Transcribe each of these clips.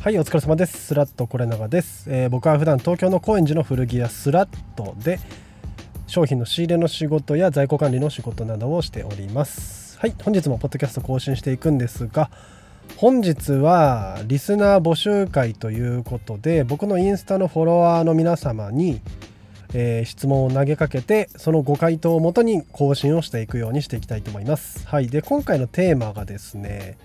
はい、お疲れ様です。スラットコレナガです。僕は普段東京の高円寺の古着屋スラットで商品の仕入れの仕事や在庫管理の仕事などをしております。はい、本日もポッドキャスト更新していくんですが、本日はリスナー募集会ということで、僕のインスタのフォロワーの皆様に、質問を投げかけて、そのご回答をもとに更新をしていくようにしていきたいと思います。はい、で今回のテーマがですね、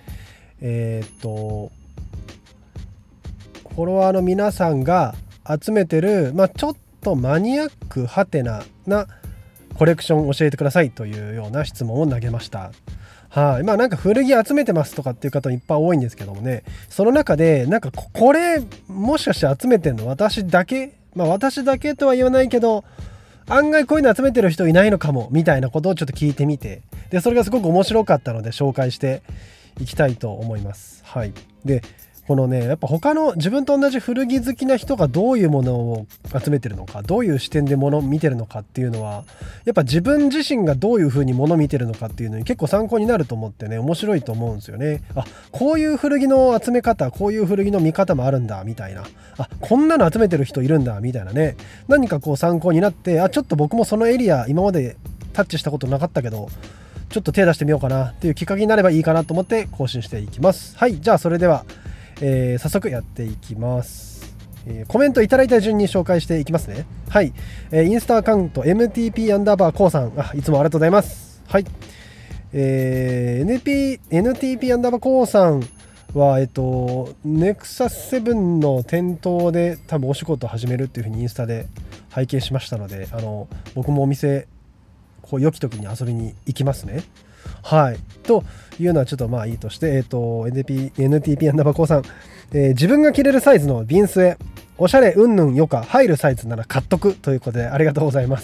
フォロワーの皆さんが集めてる、ちょっとマニアックハテナなコレクションを教えてくださいというような質問を投げました。はい、なんか古着集めてますとかっていう方いっぱい多いんですけどもね、その中でなんかこれもしかして集めてんの私だけ、私だけとは言わないけど案外こういうの集めてる人いないのかもみたいなことをちょっと聞いてみて、でそれがすごく面白かったので紹介していきたいと思います。はい、でこのね、やっぱ他の自分と同じ古着好きな人がどういうものを集めてるのか、どういう視点で物を見てるのかっていうのは、やっぱ自分自身がどういう風に物を見てるのかっていうのに結構参考になると思ってね、面白いと思うんですよね。こういう古着の集め方、こういう古着の見方もあるんだみたいな、こんなの集めてる人いるんだみたいなね、何かこう参考になって、ちょっと僕もそのエリア今までタッチしたことなかったけどちょっと手出してみようかなっていうきっかけになればいいかなと思って更新していきます。はい、じゃあそれでは早速やっていきます。コメントいただいた順に紹介していきますね。はい、インスタアカウント MTP_KO さん、いつもありがとうございます。はい、NTP_KO さんはネクサス7の店頭で多分お仕事始めるっていう風にインスタで拝見しましたので、僕もお店こう良き時に遊びに行きますね。はい、というのはちょっといいとして、NTP_KO さん、自分が着れるサイズのビンスへおしゃれうんぬんよか入るサイズなら買っとくということでありがとうございます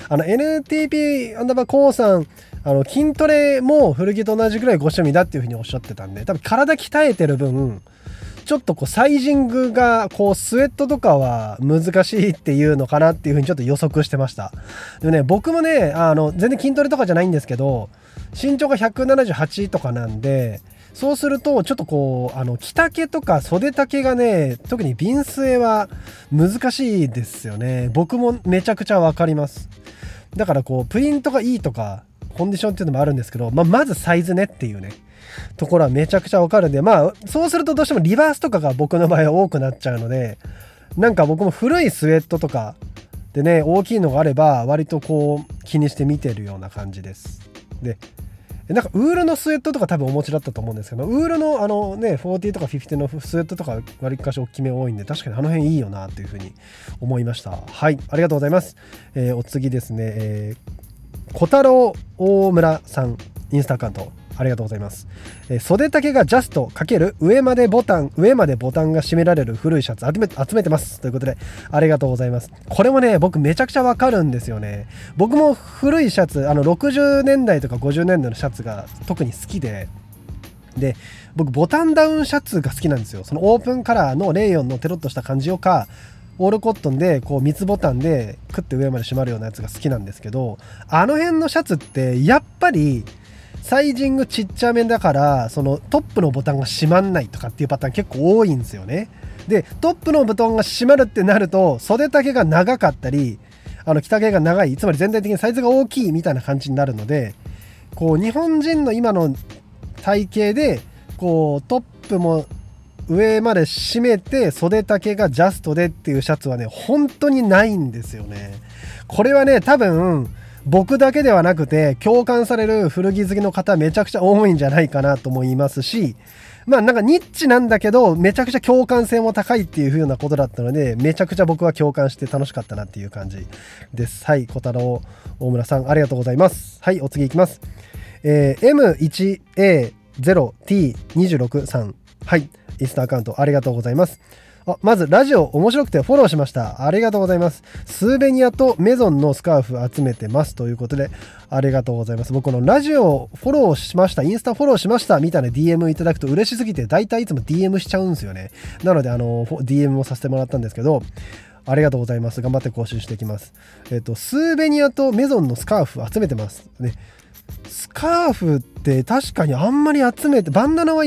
。NTP_KO さん、筋トレも古着と同じぐらいご趣味だっていうふうにおっしゃってたんで、多分体鍛えてる分ちょっとこうサイジングがこうスウェットとかは難しいっていうのかなっていうふうにちょっと予測してました。でもね、僕もね全然筋トレとかじゃないんですけど、身長が178とかなんで、そうするとちょっとこう着丈とか袖丈がね、特にビンスエは難しいですよね。僕もめちゃくちゃ分かります。だからこうプリントがいいとかコンディションっていうのもあるんですけど、まずサイズねっていうねところはめちゃくちゃ分かるんで、そうするとどうしてもリバースとかが僕の場合は多くなっちゃうので、なんか僕も古いスウェットとかでね大きいのがあれば割とこう気にして見てるような感じです。でなんかウールのスウェットとか多分お持ちだったと思うんですけど、ウールの40とか50のスウェットとか割かし大きめ多いんで、確かにあの辺いいよなというふうに思いました。はい、ありがとうございます。お次ですね、小太郎大村さん、インスタアカウントありがとうございます。袖丈がジャスト×上までボタンが閉められる古いシャツ集めてますということでありがとうございます。これもね僕めちゃくちゃわかるんですよね。僕も古いシャツ60年代とか50年代のシャツが特に好きで、僕ボタンダウンシャツが好きなんですよ。そのオープンカラーのレーヨンのテロッとした感じをかオールコットンでこう三つボタンでクッて上まで閉まるようなやつが好きなんですけど、あの辺のシャツってやっぱりサイジングちっちゃめだから、そのトップのボタンが閉まんないとかっていうパターン結構多いんですよね。でトップのボタンが閉まるってなると袖丈が長かったり着丈が長い、つまり全体的にサイズが大きいみたいな感じになるので、こう日本人の今の体型でこうトップも上まで締めて袖丈がジャストでっていうシャツはね本当にないんですよね。これはね多分僕だけではなくて共感される古着好きの方めちゃくちゃ多いんじゃないかなと思いますし、なんかニッチなんだけどめちゃくちゃ共感性も高いっていう風なことだったので、めちゃくちゃ僕は共感して楽しかったなっていう感じです。はい、小太郎大村さんありがとうございます。はい、お次いきます。M1A0T26 さん、はい、インスタアカウントありがとうございます。まずラジオ面白くてフォローしました。ありがとうございます。スーベニアとメゾンのスカーフ集めてますということでありがとうございます。僕のラジオフォローしました、インスタフォローしましたみたいな DM いただくと嬉しすぎて大体いつも DM しちゃうんですよね。なのでDM もさせてもらったんですけど、ありがとうございます。頑張って更新していきます。スーベニアとメゾンのスカーフ集めてますね。スカーフって確かにあんまり集めて、バンダナはいる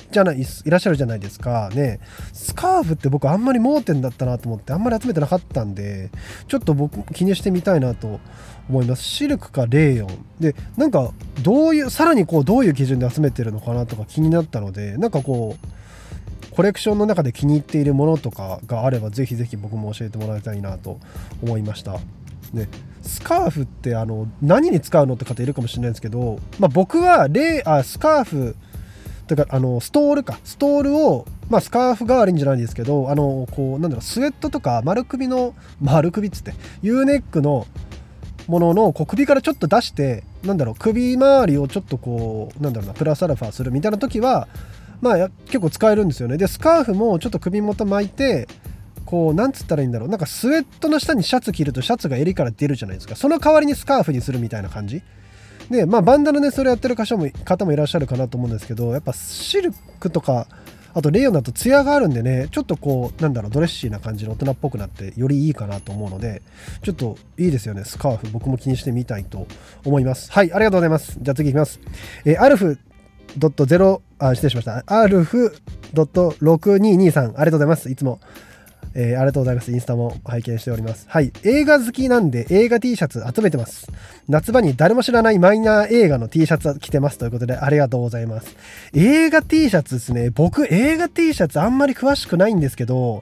じゃないいらっしゃるじゃないですかね。スカーフって僕あんまり盲点だったなと思ってあんまり集めてなかったんで、ちょっと僕気にしてみたいなと思います。シルクかレーヨンで、なんかさらにこうどういう基準で集めてるのかなとか気になったので、なんかこうコレクションの中で気に入っているものとかがあればぜひぜひ僕も教えてもらいたいなと思いましたね。スカーフって何に使うのって方いるかもしれないんですけど、僕はスカーフというかストールを、スカーフ代わりにじゃないんですけど、こうなんだろう、スウェットとか丸首っつって U ネックのもののこう首からちょっと出して、なんだろう、首周りをちょっとこうなんだろうな、プラスアルファするみたいな時は結構使えるんですよね。でスカーフもちょっと首元巻いて、こうなんつったらいいんだろう、なんかスウェットの下にシャツ着るとシャツが襟から出るじゃないですか。その代わりにスカーフにするみたいな感じで、バンダナでそれやってる方もいらっしゃるかなと思うんですけど、やっぱシルクとかあとレイヨンだとツヤがあるんでね、ちょっとこうなんだろう、ドレッシーな感じの大人っぽくなってよりいいかなと思うので、ちょっといいですよね。スカーフ僕も気にしてみたいと思います。はい、ありがとうございます。じゃあ次いきます。アルフ.0失礼しました。アルフ.6223 ありがとうございます。いつもありがとうございます。インスタも拝見しております。はい。映画好きなんで映画 T シャツ集めてます。夏場に誰も知らないマイナー映画の T シャツ着てますということでありがとうございます。映画 T シャツですね。僕映画 T シャツあんまり詳しくないんですけど、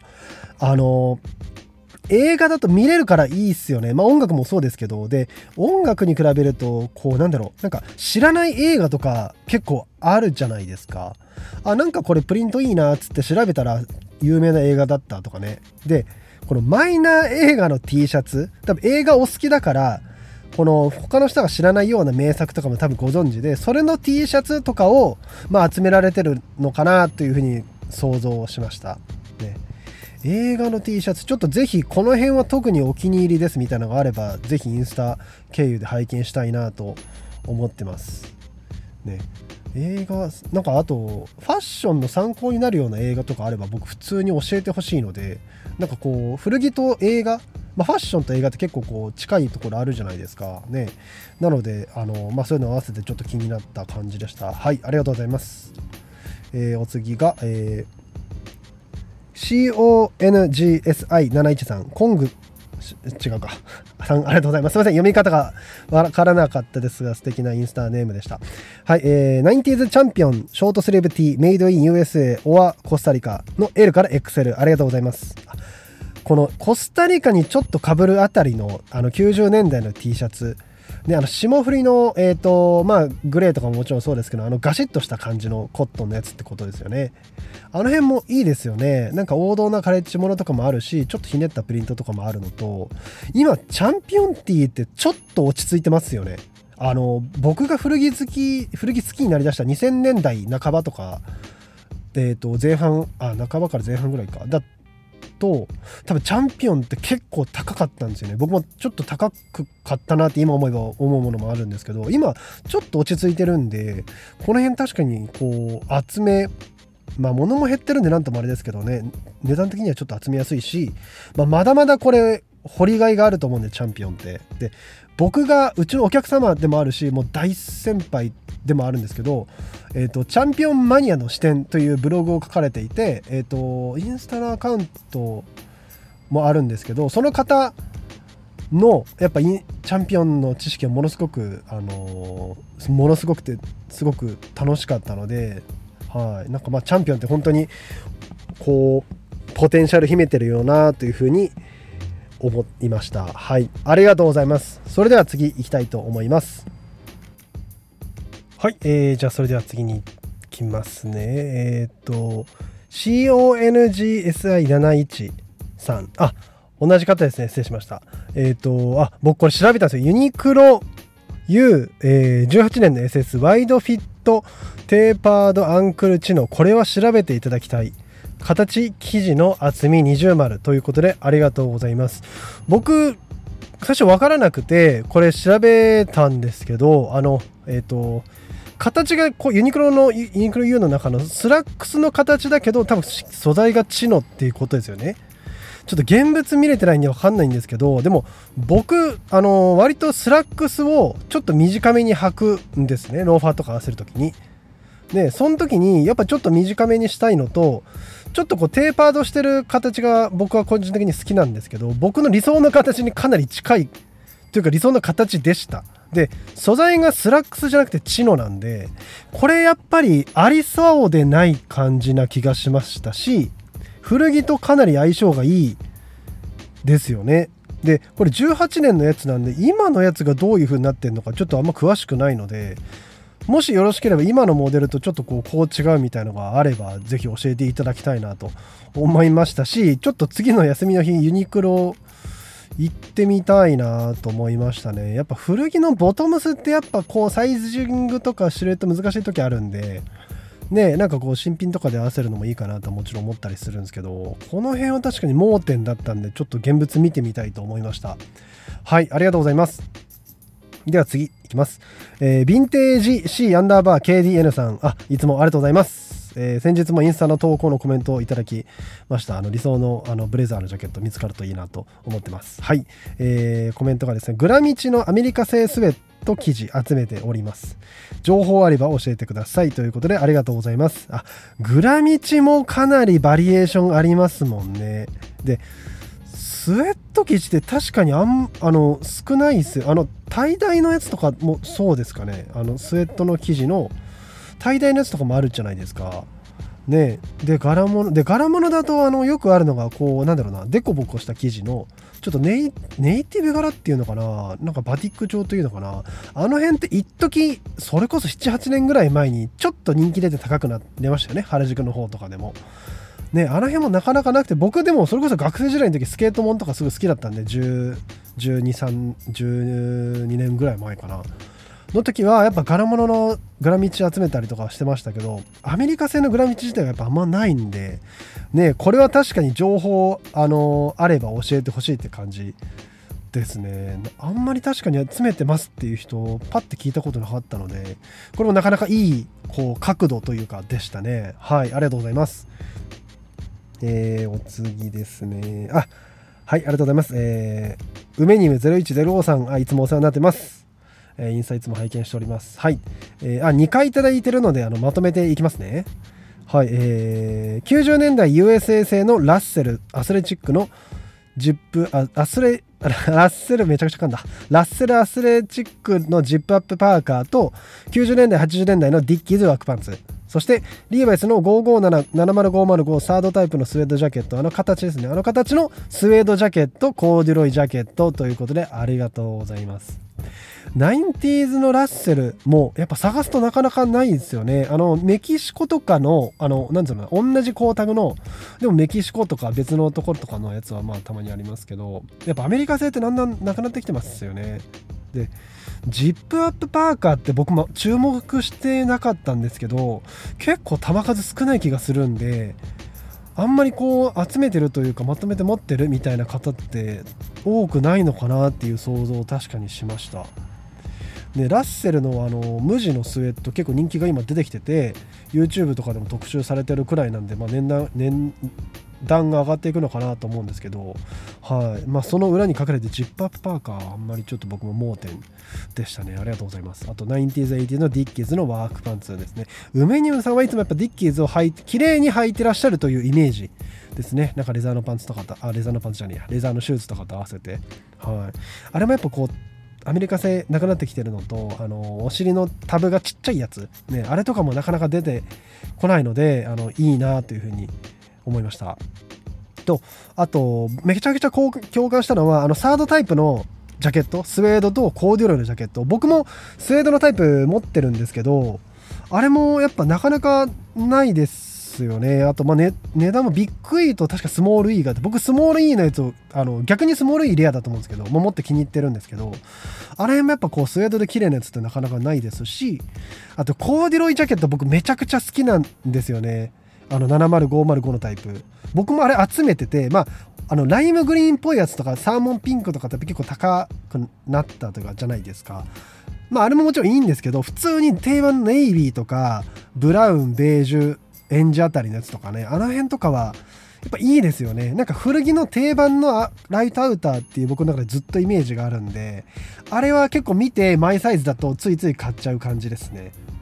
映画だと見れるからいいっすよね。音楽もそうですけど、で音楽に比べるとこうなんだろう、なんか知らない映画とか結構あるじゃないですか。なんかこれプリントいいなっつって調べたら有名な映画だったとかね。でこのマイナー映画の T シャツ、多分映画お好きだからこの他の人が知らないような名作とかも多分ご存知で、それの T シャツとかを集められてるのかなというふうに想像しましたね。映画の T シャツちょっとぜひこの辺は特にお気に入りですみたいなのがあればぜひインスタ経由で拝見したいなと思ってますね。映画なんかあとファッションの参考になるような映画とかあれば僕普通に教えてほしいので、なんかこう古着と映画、ファッションと映画って結構こう近いところあるじゃないですかね。なのでそういうのを合わせてちょっと気になった感じでした。はい、ありがとうございます。お次が、CONGSI713 コング違うかさん、ありがとうございます。すみません、読み方がわからなかったですが素敵なインスタネームでした。はい、90s チャンピオンショートスリーブ T メイドイン USA オアコスタリカの L から XL ありがとうございます。このコスタリカにちょっと被るあたりの90年代の T シャツで、霜降りのグレーとかももちろんそうですけど、ガシッとした感じのコットンのやつってことですよね。あの辺もいいですよね。なんか王道なカレッジものとかもあるし、ちょっとひねったプリントとかもあるのと、今チャンピオンティーってちょっと落ち着いてますよね。僕が古着好きになりだした2000年代半ばとか、前半半ばから前半ぐらいかだと多分チャンピオンって結構高かったんですよね。僕もちょっと高く買ったなって今思えば思うものもあるんですけど、今ちょっと落ち着いてるんで、この辺確かにこう集め物も減ってるんでなんともあれですけどね、値段的にはちょっと集めやすいし、まだまだこれ掘りがいがあると思うんでチャンピオンって。で僕がうちのお客様でもあるし、もう大先輩でもあるんですけど、チャンピオンマニアの視点というブログを書かれていて、インスタのアカウントもあるんですけど、その方のやっぱチャンピオンの知識はものすごくてすごく楽しかったので、はい、なんかチャンピオンって本当にこうポテンシャル秘めてるよなというふうに思いました。はい、ありがとうございます。それでは次行きたいと思います。はい、じゃあそれでは次に行きますね。CONGSI713 同じ方ですね。失礼しました。僕これ調べたんですよ。ユニクロ U18 年の SS ワイドフィットテーパードアンクルチノ、これは調べていただきたい。形生地の厚み20ということでありがとうございます。僕最初分からなくてこれ調べたんですけど、形がこうユニクロ U の中のスラックスの形だけど多分素材がチノっていうことですよね。ちょっと現物見れてないんで分かんないんですけど、でも僕割とスラックスをちょっと短めに履くんですね、ローファーとか合わせるときに。 でその時にやっぱちょっと短めにしたいのと、ちょっとこうテーパードしてる形が僕は個人的に好きなんですけど、僕の理想の形にかなり近いというか理想の形でした。で素材がスラックスじゃなくてチノなんで、これやっぱりありそうでない感じな気がしましたし、古着とかなり相性がいいですよね。でこれ18年のやつなんで、今のやつがどういう風になってるのかちょっとあんま詳しくないので、もしよろしければ今のモデルとちょっとこう違うみたいのがあればぜひ教えていただきたいなと思いましたし、ちょっと次の休みの日ユニクロ行ってみたいなと思いましたね。やっぱ古着のボトムスってやっぱこうサイジングとかシルエット難しい時あるんでね、なんかこう新品とかで合わせるのもいいかなともちろん思ったりするんですけど、この辺は確かに盲点だったんでちょっと現物見てみたいと思いました。はい、ありがとうございます。では次いきます。ヴィンテージ C_KDN さん、いつもありがとうございます。先日もインスタの投稿のコメントをいただきました。理想のブレザーのジャケット見つかるといいなと思ってます。はい、コメントがですね、グラミチのアメリカ製スウェット生地集めております。情報あれば教えてくださいということでありがとうございます。グラミチもかなりバリエーションありますもんね。でスウェット生地って確かに少ないですよ。タイダイのやつとかもそうですかね。スウェットの生地のタイダイのやつとかもあるじゃないですかね。で柄物だとよくあるのがこうなんだろうな、デコボコした生地のちょっとネイティブ柄っていうのかな、なんかバティック調というのかな、あの辺って一時それこそ 7,8 年ぐらい前にちょっと人気出て高くなりましたよね、原宿の方とかでもね。あの辺もなかなかなくて、僕でもそれこそ学生時代の時スケートモンとかすごい好きだったんで、12年ぐらい前かなの時はやっぱ柄物のグラミチ集めたりとかしてましたけど、アメリカ製のグラミチ自体がやっぱあんまないんでね、これは確かに情報あれば教えてほしいって感じですね。あんまり確かに集めてますっていう人パッて聞いたことなかったので、これもなかなかいいこう角度というかでしたね。はい、ありがとうございます。お次ですね。はい、ありがとうございます。梅にむ0105さん、いつもお世話になってます。インスタいつも拝見しております。はい、2回いただいてるのでまとめていきますね。はい、90年代 USA 製のラッセルアスレチックのジップラッセルめちゃくちゃ噛んだ。ラッセルアスレチックのジップアップパーカーと90年代80年代のディッキーズワークパンツ、そしてリーバイスの557-70505サードタイプのスウェードジャケット、形ですね、形のスウェードジャケット、コーデュロイジャケットということでありがとうございます。90s のラッセルもやっぱ探すとなかなかないですよね。メキシコとかのなんていうの、同じ光沢のでもメキシコとか別のところとかのやつはまあたまにありますけど、やっぱアメリカ製ってだんだんなくなってきてますよね。でジップアップパーカーって僕も注目してなかったんですけど、結構球数少ない気がするんで、あんまりこう集めてるというかまとめて持ってるみたいな方って多くないのかなっていう想像を確かにしました。でラッセルの無地のスウェット結構人気が今出てきてて YouTube とかでも特集されてるくらいなんで、年段が上がっていくのかなと思うんですけど、はい、その裏に隠れてジップアップパーカーあんまりちょっと僕も盲点でしたね。ありがとうございます。あと 90s、80s のディッキーズのワークパンツですね。梅ニムさんはいつもやっぱディッキーズを綺麗に履いてらっしゃるというイメージですね。なんかレザーのパンツとかレザーのパンツじゃねえや、レザーのシューズとかと合わせて、はい、あれもやっぱこうアメリカ製なくなってきてるのと、お尻のタブがちっちゃいやつ、ね、あれとかもなかなか出てこないのでいいなというふうに思いました。とあとめちゃくちゃ共感したのはサードタイプのジャケット、スウェードとコーデュロイのジャケット、僕もスウェードのタイプ持ってるんですけど、あれもやっぱなかなかないですよね。あと値段もビッグイーと確かスモールイーがあって、僕スモールイーのやつを逆にスモールイーレアだと思うんですけど、持って気に入ってるんですけど、あれもやっぱこうスウェードで綺麗なやつってなかなかないですし、あとコーデュロイジャケット僕めちゃくちゃ好きなんですよね。70505のタイプ、僕もあれ集めてて、ライムグリーンっぽいやつとかサーモンピンクとかって結構高くなったとかじゃないですか。あれももちろんいいんですけど、普通に定番のネイビーとかブラウン、ベージュ、エンジあたりのやつとかね、あの辺とかはやっぱいいですよね。なんか古着の定番のライトアウターっていう僕の中でずっとイメージがあるんで、あれは結構見てマイサイズだとついつい買っちゃう感じですね。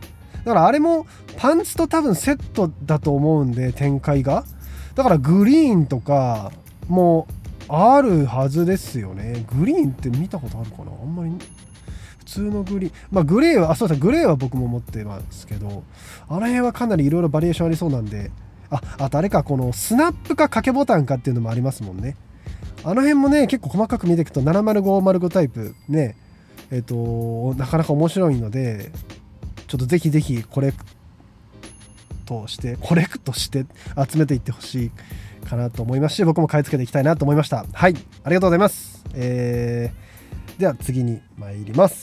だからあれもパンツと多分セットだと思うんで、展開がだからグリーンとかもあるはずですよね。グリーンって見たことあるかな、あんまり。普通のグリーン、まあグレーはそうですね、グレーは僕も持ってますけど、あの辺はかなりいろいろバリエーションありそうなんで、あとあれか、このスナップか掛けボタンかっていうのもありますもんね。あの辺もね、結構細かく見ていくと70505タイプね、なかなか面白いので、ちょっとぜひぜひコレクトして集めていってほしいかなと思いますし、僕も買い付けていきたいなと思いました。はい、ありがとうございます。では次に参ります。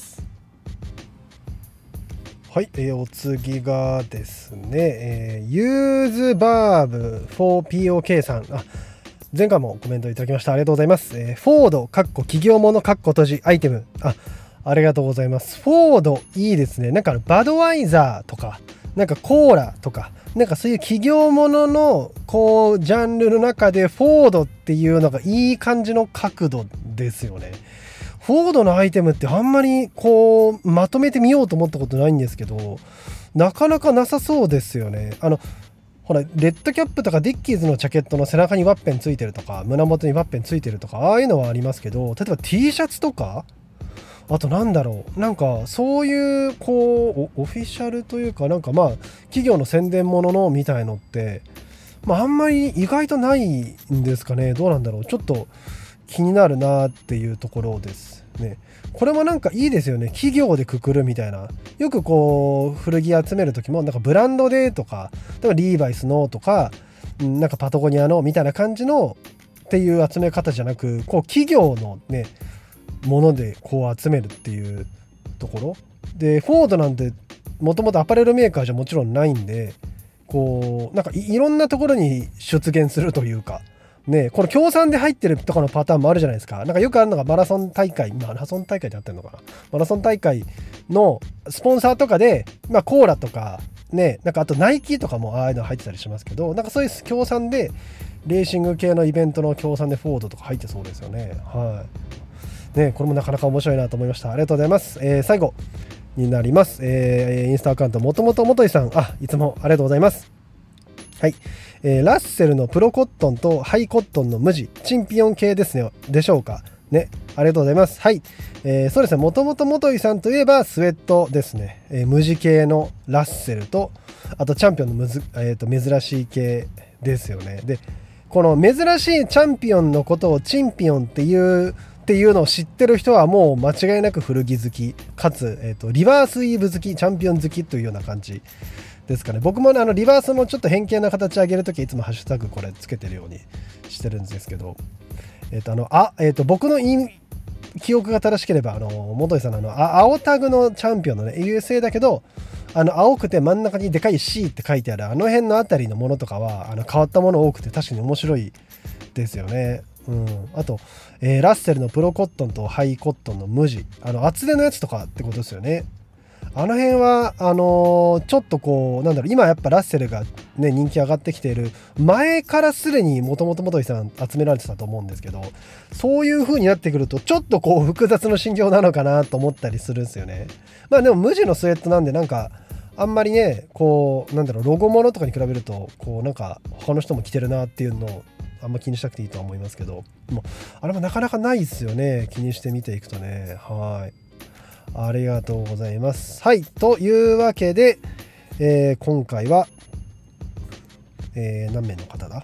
はい、お次がですね、ユーズバーブ 4POK さん、前回もコメントいただきました。ありがとうございます。フォード企業物閉じアイテム、ありがとうございます。フォードいいですね。なんかバドワイザーとかなんかコーラとかなんかそういう企業物のこうジャンルの中でフォードっていうのがいい感じの角度ですよね。フォードのアイテムってあんまりこうまとめてみようと思ったことないんですけど、なかなかなさそうですよね。ほらレッドキャップとかディッキーズのジャケットの背中にワッペンついてるとか胸元にワッペンついてるとか、ああいうのはありますけど、例えば T シャツとか、あとなんだろう、なんかそういうこうオフィシャルというか、なんかまあ企業の宣伝もののみたいのって、あんまり意外とないんですかね。どうなんだろう、ちょっと気になるなっていうところですね。これもなんかいいですよね。企業でくくるみたいな。よくこう古着集める時もなんかブランドでとか、例えばリーバイスのとか、なんかパタゴニアのみたいな感じのっていう集め方じゃなく、こう企業のねものでこう集めるっていうところで、フォードなんてもともとアパレルメーカーじゃもちろんないんで、こうなんかいろんなところに出現するというかね、この協賛で入ってるとかのパターンもあるじゃないですか。なんかよくあるのがマラソン大会でやってるのかな、マラソン大会のスポンサーとかで、コーラとかね、なんかあとナイキとかもああいうの入ってたりしますけど、なんかそういう協賛でレーシング系のイベントの協賛でフォードとか入ってそうですよね。はいね、これもなかなか面白いなと思いました。ありがとうございます。最後になります。インスタアカウントもといさん、いつもありがとうございます。はい、ラッセルのプロコットンとハイコットンの無地チンピオン系ですね、でしょうかね。ありがとうございます。はい、そうですね、もともと元井さんといえばスウェットですね、無地系のラッセルと、あとチャンピオンの珍しい系ですよね。でこの珍しいチャンピオンのことをチンピオンっていうのを知ってる人はもう間違いなく古着好きかつ、リバースイーブ好き、チャンピオン好きというような感じですかね。僕もリバースのちょっと変形な形上げるときいつもハッシュタグこれつけてるようにしてるんですけど、僕の記憶が正しければ元井さんの青タグのチャンピオンのね USA だけど青くて真ん中にでかい C って書いてあるあの辺のあたりのものとかは変わったもの多くて確かに面白いですよね。あと、ラッセルのプロコットンとハイコットンの無地厚手のやつとかってことですよね。あの辺はちょっとこうなんだろう、今やっぱラッセルがね人気上がってきている前からすでにもともと元井さん集められてたと思うんですけど、そういう風になってくるとちょっとこう複雑な心境なのかなと思ったりするんですよね。でも無地のスウェットなんでなんかあんまりねこうなんだろう、ロゴものとかに比べるとこうなんか他の人も着てるなっていうのをあんま気にしなくていいとは思いますけど、もうあれもなかなかないですよね、気にして見ていくとね。はい、ありがとうございます。はい、というわけで、今回は、何名の方だ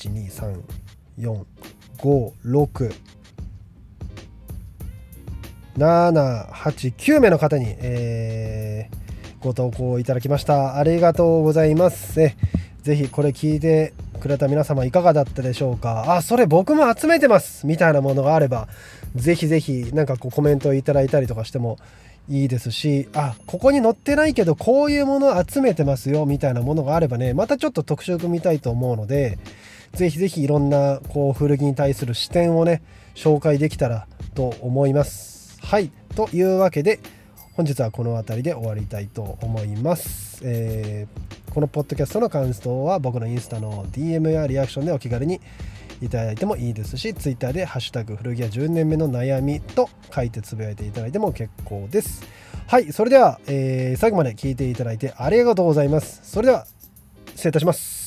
?1、2、3、4、5、6、7、8、9名の方に、ご投稿いただきました。ありがとうございます。ぜひこれ聞いてくれた皆様いかがだったでしょうか。それ僕も集めてますみたいなものがあればぜひぜひなんかこうコメントをいただいたりとかしてもいいですし、ここに載ってないけどこういうものを集めてますよみたいなものがあればね、またちょっと特集組みたいと思うので、ぜひぜひいろんなこう古着に対する視点をね紹介できたらと思います。はい、というわけで本日はこの辺りで終わりたいと思います。このポッドキャストの感想は僕のインスタの DM やリアクションでお気軽にいただいてもいいですし、ツイッターでハッシュタグ古着屋10年目の悩みと書いてつぶやいていただいても結構です。はい、それでは、最後まで聞いていただいてありがとうございます。それでは失礼いたします。